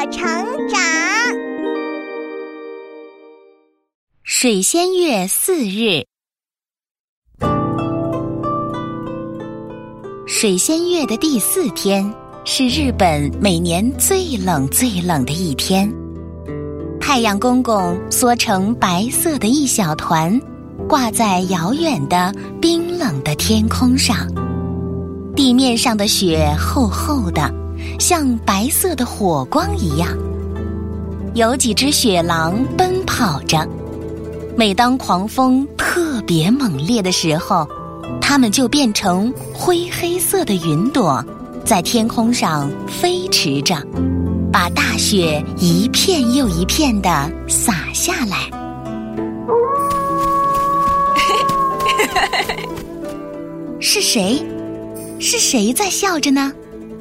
成长。 水仙月4日。水仙月的第4天是日本每年最冷最冷的一天。太阳公公缩成白色的一小团，挂在遥远的冰冷的天空上。地面上的雪厚厚的，像白色的火光一样。有几只雪狼奔跑着，每当狂风特别猛烈的时候，它们就变成灰黑色的云朵，在天空上飞驰着，把大雪一片又一片地洒下来。是谁？是谁在笑着呢？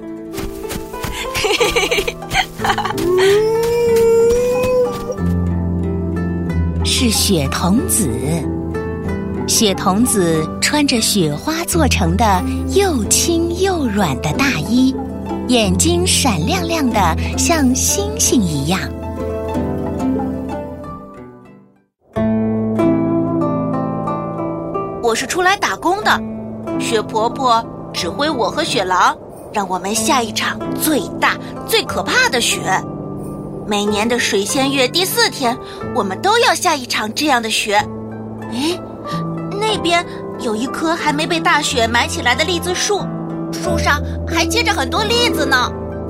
是雪童子。雪童子穿着雪花做成的又轻又软的大衣，眼睛闪亮亮的，像星星一样。 我是出来打工的，雪婆婆指挥我和雪狼，让我们下一场最大最可怕的雪。每年的水仙月第4天，我们都要下一场这样的雪。诶，那边有一棵还没被大雪埋起来的栗子树，树上还结着很多栗子呢。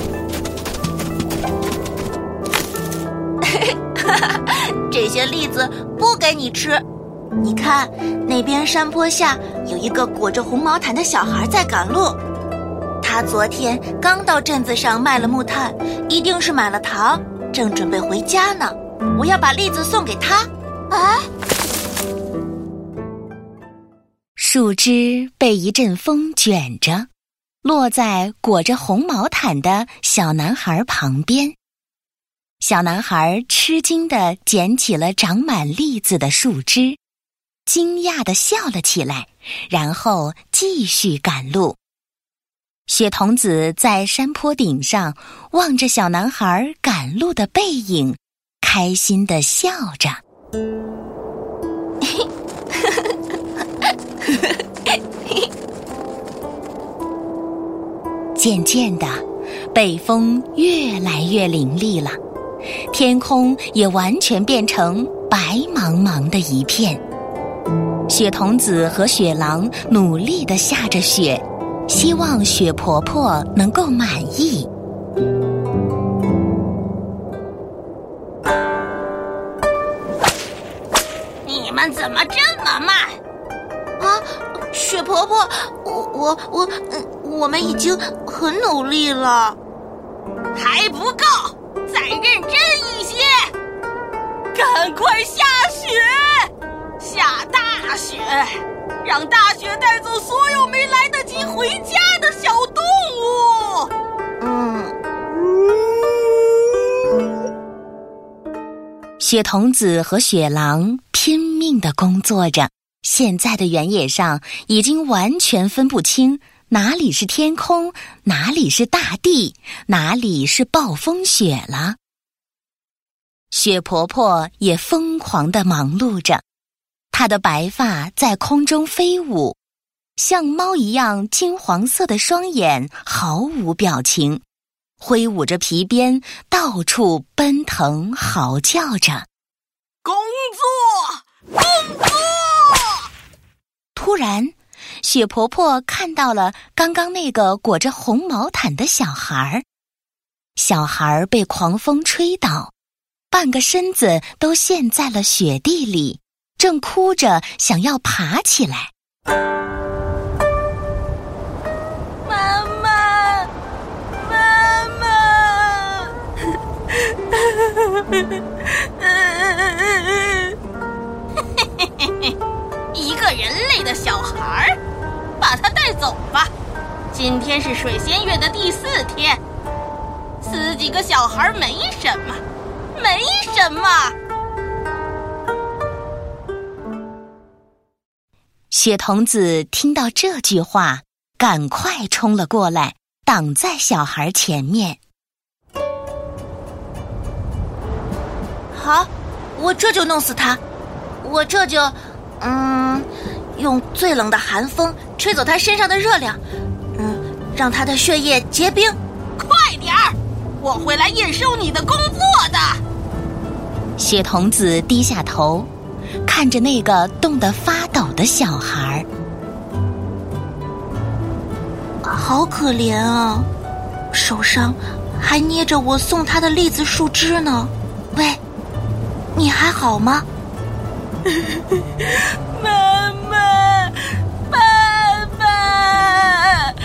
这些栗子不给你吃。你看，那边山坡下有一个裹着红毛毯的小孩在赶路。他昨天刚到镇子上卖了木炭，一定是买了糖，正准备回家呢。我要把栗子送给他。啊！ 树枝被一阵风卷着，落在裹着红毛毯的小男孩旁边。小男孩吃惊地捡起了长满栗子的树枝，惊讶地笑了起来，然后继续赶路。雪童子在山坡顶上望着小男孩赶路的背影，开心地笑着。渐渐的，北风越来越凌厉了，天空也完全变成白茫茫的一片。雪童子和雪狼努力地下着雪，希望雪婆婆能够满意。 你们怎么这么慢？啊，雪婆婆，我们已经很努力了。还不够，再认真一些。赶快下雪！下大雪，让大雪带走所有没来得及回家的小动物。 雪童子和雪狼拼命地工作着，现在的原野上已经完全分不清哪里是天空，哪里是大地，哪里是暴风雪了。雪婆婆也疯狂地忙碌着，她的白发在空中飞舞，像猫一样金黄色的双眼毫无表情，挥舞着皮鞭，到处奔腾嚎叫着。 工作！ 突然，雪婆婆看到了刚刚那个裹着红毛毯的小孩。小孩被狂风吹倒，半个身子都陷在了雪地里，正哭着想要爬起来。 妈妈，妈妈！一个人类的小孩，把他带走吧。今天是水仙月的第4天，死几个小孩没什么，没什么。 雪童子听到这句话，赶快冲了过来，挡在小孩前面。 好，我这就弄死他。我这就用最冷的寒风吹走他身上的热量，让他的血液结冰。快点儿，我会来验收你的功过的。 雪童子低下头，看着那个冻得发抖的小孩， 好可怜啊，手上还捏着我送他的栗子树枝呢。喂，你还好吗？妈妈，爸爸，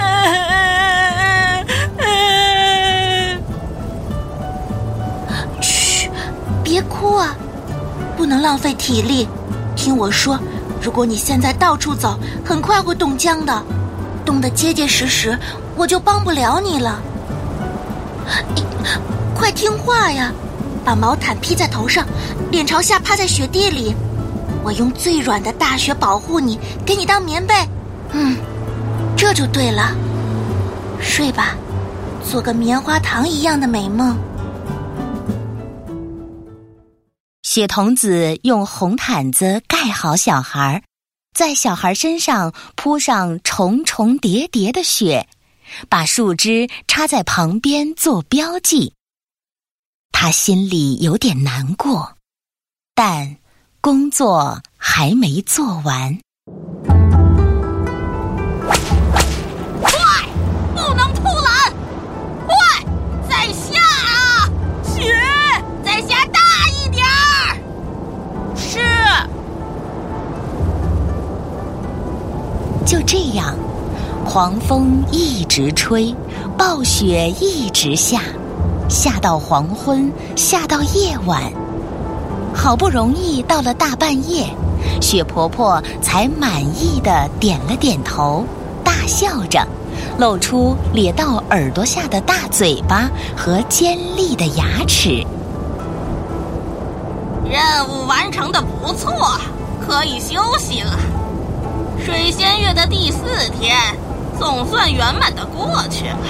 嘘，别哭啊，不能浪费体力。听我说，如果你现在到处走，很快会冻僵的，冻得结结实实，我就帮不了你了。快听话呀，把毛毯披在头上，脸朝下趴在雪地里，我用最软的大雪保护你，给你当棉被。这就对了。睡吧，做个棉花糖一样的美梦。 雪童子用红毯子盖好小孩，在小孩身上铺上重重叠叠的雪，把树枝插在旁边做标记。他心里有点难过，但工作还没做完。 快，不能偷懒！快，再下啊！雪再下大一点儿。是。 就这样，狂风一直吹，暴雪一直下，下到黄昏，下到夜晚。好不容易到了大半夜，雪婆婆才满意地点了点头，大笑着，露出咧到耳朵下的大嘴巴和尖利的牙齿。 任务完成的不错，可以休息了。水仙月的第4天，总算圆满地过去了。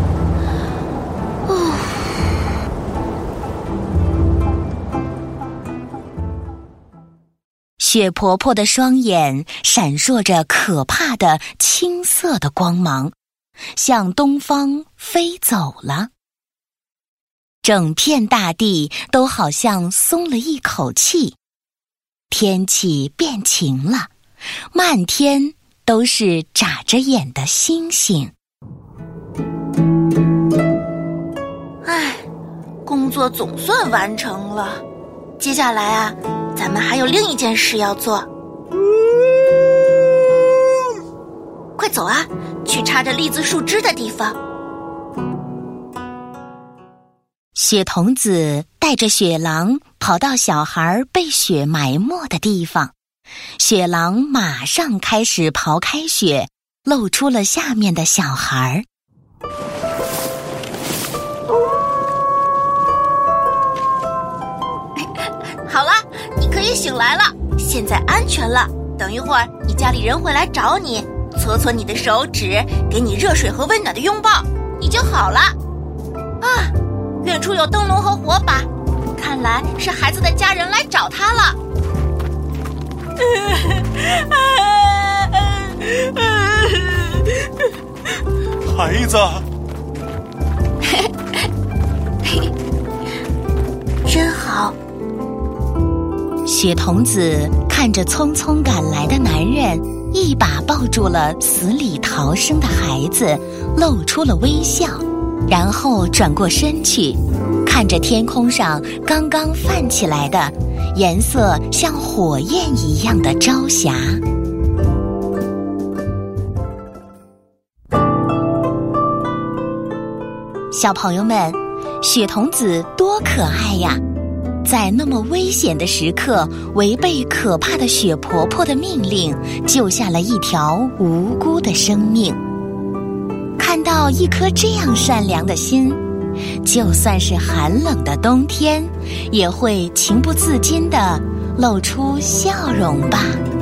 雪婆婆的双眼闪烁着可怕的青色的光芒，向东方飞走了。整片大地都好像松了一口气，天气变晴了，漫天都是眨着眼的星星。 工作总算完成了，接下来啊，咱们还有另一件事要做。快走啊，去插着栗子树枝的地方。 雪童子带着雪狼跑到小孩被雪埋没的地方，雪狼马上开始刨开雪，露出了下面的小孩。 好了，你可以醒来了，现在安全了。等一会儿你家里人会来找你，搓搓你的手指，给你热水和温暖的拥抱，你就好了。远处有灯笼和火把，看来是孩子的家人来找他了。 孩子， 真好。 雪童子看着匆匆赶来的男人，一把抱住了死里逃生的孩子，露出了微笑，然后转过身去，看着天空上刚刚泛起来的颜色像火焰一样的朝霞。小朋友们，雪童子多可爱呀！在那么危险的时刻，违背可怕的雪婆婆的命令，救下了一条无辜的生命。看到一颗这样善良的心，就算是寒冷的冬天，也会情不自禁地露出笑容吧。